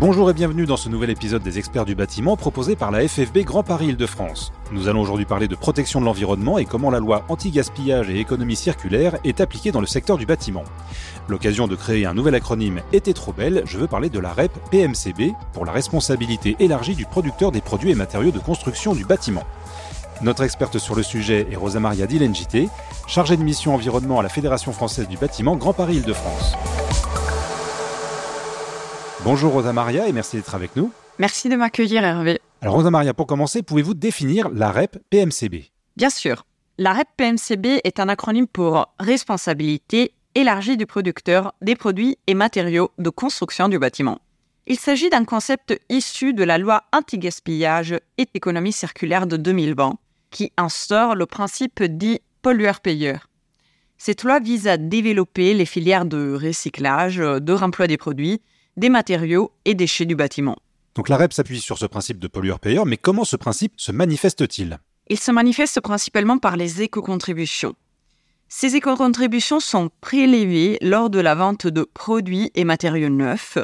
Bonjour et bienvenue dans ce nouvel épisode des Experts du bâtiment proposé par la FFB Grand Paris Île-de-France. Nous allons aujourd'hui parler de protection de l'environnement et comment la loi anti-gaspillage et économie circulaire est appliquée dans le secteur du bâtiment. L'occasion de créer un nouvel acronyme était trop belle, je veux parler de la REP PMCB pour la responsabilité élargie du producteur des produits et matériaux de construction du bâtiment. Notre experte sur le sujet est Rosa Maria Dilengite, chargée de mission environnement à la Fédération française du bâtiment Grand Paris Île-de-France. Bonjour Rosa Maria et merci d'être avec nous. Merci de m'accueillir Hervé. Alors Rosa Maria, pour commencer, pouvez-vous définir la REP PMCB ? Bien sûr. La REP PMCB est un acronyme pour responsabilité élargie du producteur des produits et matériaux de construction du bâtiment. Il s'agit d'un concept issu de la loi anti-gaspillage et économie circulaire de 2020 qui instaure le principe dit pollueur-payeur. Cette loi vise à développer les filières de recyclage, de remploi des produits, des matériaux et déchets du bâtiment. Donc la REP s'appuie sur ce principe de pollueur-payeur, mais comment ce principe se manifeste-t-il ? Il se manifeste principalement par les éco-contributions. Ces éco-contributions sont prélevées lors de la vente de produits et matériaux neufs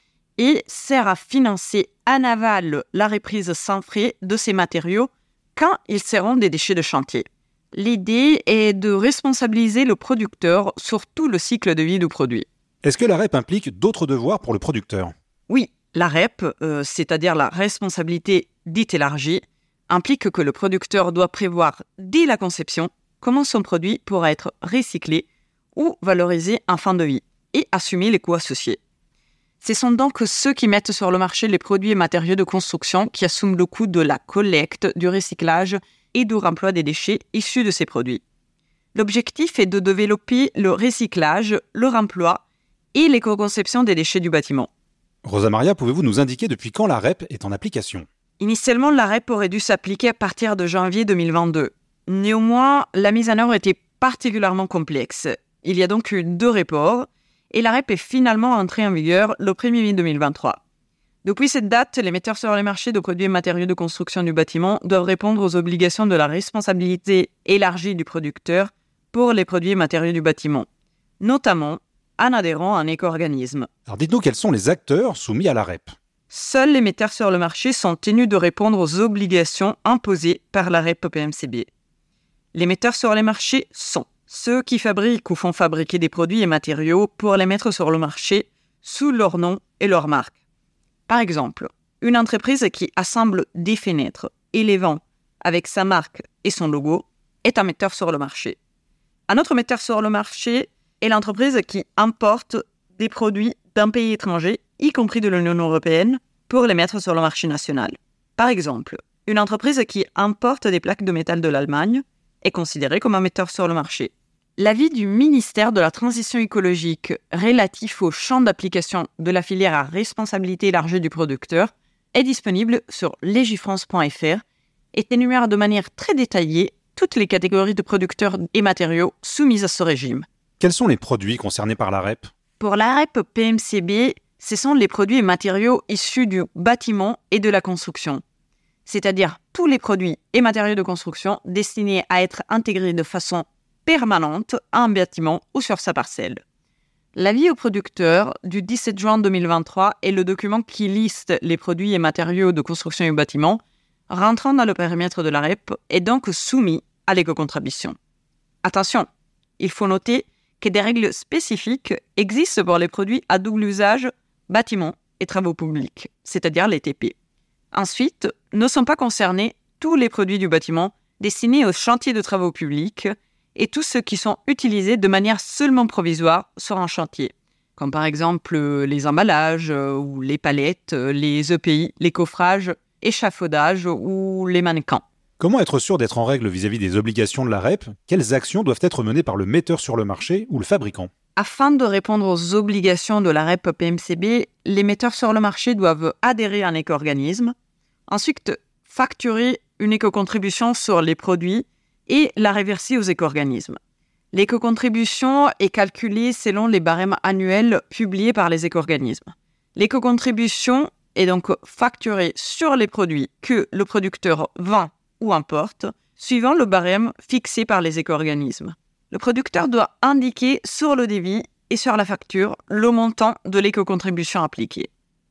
et servent à financer en aval la reprise sans frais de ces matériaux quand ils seront des déchets de chantier. L'idée est de responsabiliser le producteur sur tout le cycle de vie du produit. Est-ce que la REP implique d'autres devoirs pour le producteur ? Oui, la REP, c'est-à-dire la responsabilité dite élargie, implique que le producteur doit prévoir dès la conception comment son produit pourra être recyclé ou valorisé en fin de vie et assumer les coûts associés. Ce sont donc ceux qui mettent sur le marché les produits et matériaux de construction qui assument le coût de la collecte, du recyclage et du remploi des déchets issus de ces produits. L'objectif est de développer le recyclage, le remploi et l'éco-conception des déchets du bâtiment. Rosa Maria, pouvez-vous nous indiquer depuis quand la REP est en application ? Initialement, la REP aurait dû s'appliquer à partir de janvier 2022. Néanmoins, la mise en œuvre était particulièrement complexe. Il y a donc eu 2 reports et la REP est finalement entrée en vigueur le 1er mai 2023. Depuis cette date, les metteurs sur les marchés de produits et matériaux de construction du bâtiment doivent répondre aux obligations de la responsabilité élargie du producteur pour les produits et matériaux du bâtiment, notamment en adhérant à un éco-organisme. Alors dites-nous quels sont les acteurs soumis à la REP ? Seuls les metteurs sur le marché sont tenus de répondre aux obligations imposées par la REP PMCB. Les metteurs sur les marchés sont ceux qui fabriquent ou font fabriquer des produits et matériaux pour les mettre sur le marché sous leur nom et leur marque. Par exemple, une entreprise qui assemble des fenêtres et les vend avec sa marque et son logo est un metteur sur le marché. Un autre metteur sur le marché est l'entreprise qui importe des produits d'un pays étranger, y compris de l'Union européenne, pour les mettre sur le marché national. Par exemple, une entreprise qui importe des plaques de métal de l'Allemagne est considérée comme un metteur sur le marché. L'avis du ministère de la Transition écologique relatif au champ d'application de la filière à responsabilité élargie du producteur est disponible sur legifrance.fr et énumère de manière très détaillée toutes les catégories de producteurs et matériaux soumis à ce régime. Quels sont les produits concernés par la REP ? Pour la REP PMCB, ce sont les produits et matériaux issus du bâtiment et de la construction, c'est-à-dire tous les produits et matériaux de construction destinés à être intégrés de façon permanente à un bâtiment ou sur sa parcelle. L'avis au producteur du 17 juin 2023 est le document qui liste les produits et matériaux de construction du bâtiment rentrant dans le périmètre de la REP est donc soumis à l'éco-contribution. Attention, il faut noter que des règles spécifiques existent pour les produits à double usage, bâtiments et travaux publics, c'est-à-dire les TP. Ensuite, ne sont pas concernés tous les produits du bâtiment destinés aux chantiers de travaux publics et tous ceux qui sont utilisés de manière seulement provisoire sur un chantier, comme par exemple les emballages ou les palettes, les EPI, les coffrages, échafaudages ou les mannequins. Comment être sûr d'être en règle vis-à-vis des obligations de la REP ? Quelles actions doivent être menées par le metteur sur le marché ou le fabricant ? Afin de répondre aux obligations de la REP PMCB, les metteurs sur le marché doivent adhérer à un éco-organisme, ensuite facturer une éco-contribution sur les produits et la reverser aux éco-organismes. L'éco-contribution est calculée selon les barèmes annuels publiés par les éco-organismes. L'éco-contribution est donc facturée sur les produits que le producteur vend ou importe, suivant le barème fixé par les éco-organismes. Le producteur doit indiquer sur le devis et sur la facture le montant de l'éco-contribution appliquée.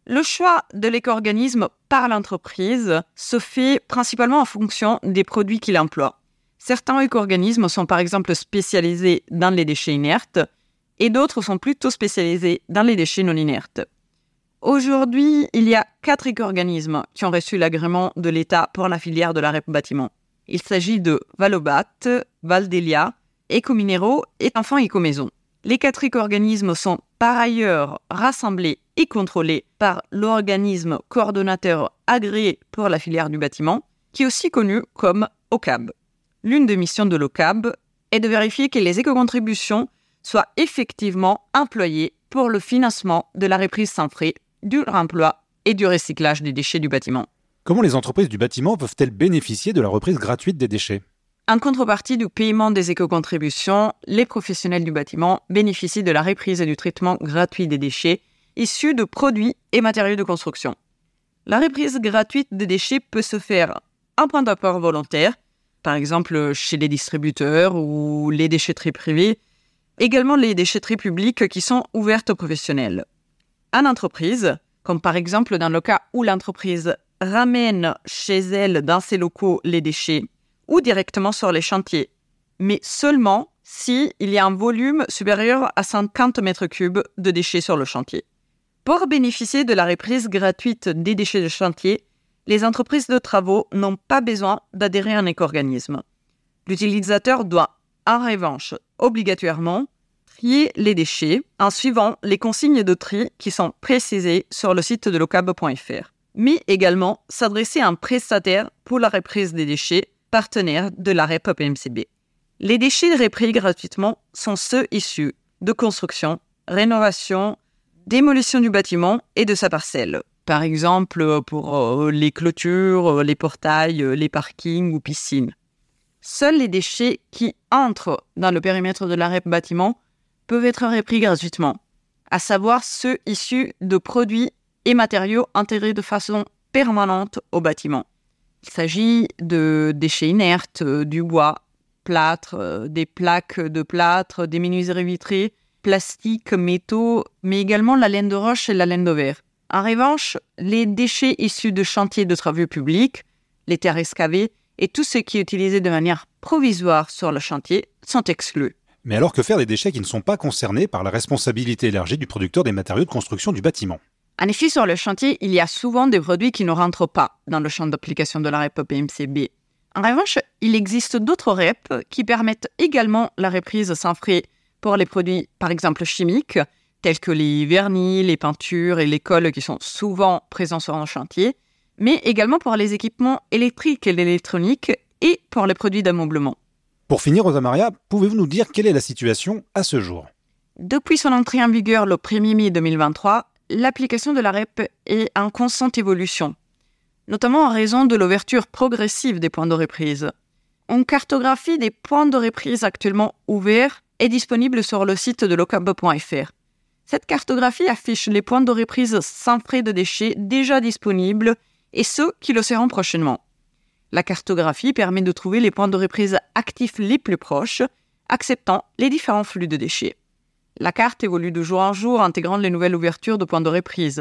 Le choix de l'éco-organisme par l'entreprise se fait principalement en fonction des produits qu'il emploie. Certains éco-organismes sont par exemple spécialisés dans les déchets inertes et d'autres sont plutôt spécialisés dans les déchets non inertes. Aujourd'hui, il y a 4 éco-organismes qui ont reçu l'agrément de l'État pour la filière de la REP bâtiment. Il s'agit de Valobat, Valdelia, Ecominero et enfin Ecomaison. Les 4 éco-organismes sont par ailleurs rassemblés et contrôlés par l'organisme coordonnateur agréé pour la filière du bâtiment, qui est aussi connu comme OCAB. L'une des missions de l'OCAB est de vérifier que les éco-contributions soient effectivement employées pour le financement de la reprise sans frais, du réemploi et du recyclage des déchets du bâtiment. Comment les entreprises du bâtiment peuvent-elles bénéficier de la reprise gratuite des déchets ? En contrepartie du paiement des éco-contributions, les professionnels du bâtiment bénéficient de la reprise et du traitement gratuit des déchets issus de produits et matériaux de construction. La reprise gratuite des déchets peut se faire en point d'apport volontaire, par exemple chez les distributeurs ou les déchetteries privées, également les déchetteries publiques qui sont ouvertes aux professionnels. En entreprise, comme par exemple dans le cas où l'entreprise ramène chez elle dans ses locaux les déchets, ou directement sur les chantiers, mais seulement s'il y a un volume supérieur à 50 mètres cubes de déchets sur le chantier. Pour bénéficier de la reprise gratuite des déchets de chantier, les entreprises de travaux n'ont pas besoin d'adhérer à un éco-organisme. L'utilisateur doit, en revanche, obligatoirement trier les déchets en suivant les consignes de tri qui sont précisées sur le site de locab.fr, mais également s'adresser à un prestataire pour la reprise des déchets partenaire de la REP PMCB. Les déchets repris gratuitement sont ceux issus de construction, rénovation, démolition du bâtiment et de sa parcelle. Par exemple, pour les clôtures, les portails, les parkings ou piscines. Seuls les déchets qui entrent dans le périmètre de la REP bâtiment peuvent être repris gratuitement, à savoir ceux issus de produits et matériaux intégrés de façon permanente au bâtiment. Il s'agit de déchets inertes, du bois, plâtre, des plaques de plâtre, des menuiseries vitrées, plastiques, métaux, mais également la laine de roche et la laine de verre. En revanche, les déchets issus de chantiers de travaux publics, les terres excavées et tout ce qui est utilisé de manière provisoire sur le chantier sont exclus. Mais alors que faire des déchets qui ne sont pas concernés par la responsabilité élargie du producteur des matériaux de construction du bâtiment ? En effet, sur le chantier, il y a souvent des produits qui ne rentrent pas dans le champ d'application de la REP PMCB. En revanche, il existe d'autres REP qui permettent également la reprise sans frais pour les produits, par exemple chimiques, tels que les vernis, les peintures et les colles qui sont souvent présents sur un chantier, mais également pour les équipements électriques et l'électronique et pour les produits d'ameublement. Pour finir, Rosa Maria, pouvez-vous nous dire quelle est la situation à ce jour ? Depuis son entrée en vigueur le 1er mai 2023, l'application de la REP est en constante évolution, notamment en raison de l'ouverture progressive des points de reprise. Une cartographie des points de reprise actuellement ouverts est disponible sur le site de locab.fr. Cette cartographie affiche les points de reprise sans frais de déchets déjà disponibles et ceux qui le seront prochainement. La cartographie permet de trouver les points de reprise actifs les plus proches, acceptant les différents flux de déchets. La carte évolue de jour en jour, intégrant les nouvelles ouvertures de points de reprise.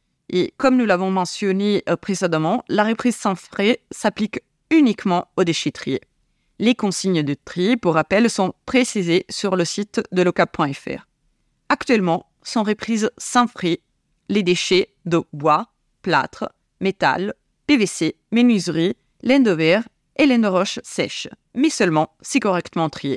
Et comme nous l'avons mentionné précédemment, la reprise sans frais s'applique uniquement aux déchets triés. Les consignes de tri, pour rappel, sont précisées sur le site de locab.fr. Actuellement, sont reprises sans frais les déchets de bois, plâtre, métal, PVC, menuiserie, laine de verre et laine de roche sèche, mais seulement si correctement triés.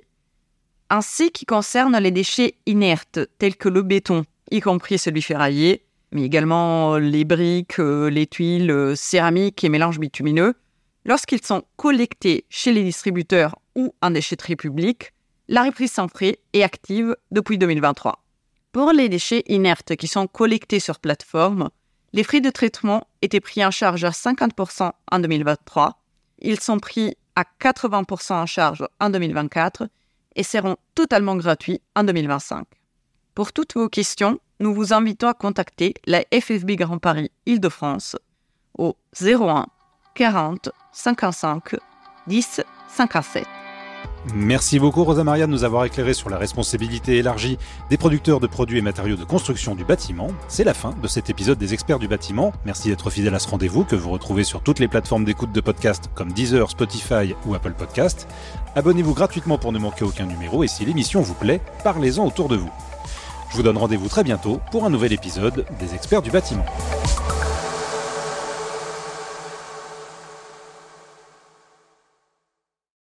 En ce qui concerne les déchets inertes, tels que le béton, y compris celui ferraillé, mais également les briques, les tuiles, céramiques et mélanges bitumineux, lorsqu'ils sont collectés chez les distributeurs ou en déchetterie publique, la reprise sans frais est active depuis 2023. Pour les déchets inertes qui sont collectés sur plateforme, les frais de traitement étaient pris en charge à 50% en 2023, ils sont pris à 80% en charge en 2024 et seront totalement gratuits en 2025. Pour toutes vos questions, nous vous invitons à contacter la FFB Grand Paris Île-de-France au 01 40 55 10 57. Merci beaucoup Rosa Maria de nous avoir éclairé sur la responsabilité élargie des producteurs de produits et matériaux de construction du bâtiment. C'est la fin de cet épisode des Experts du bâtiment. Merci d'être fidèle à ce rendez-vous que vous retrouvez sur toutes les plateformes d'écoute de podcasts comme Deezer, Spotify ou Apple Podcast. Abonnez-vous gratuitement pour ne manquer aucun numéro et si l'émission vous plaît, parlez-en autour de vous. Je vous donne rendez-vous très bientôt pour un nouvel épisode des Experts du bâtiment.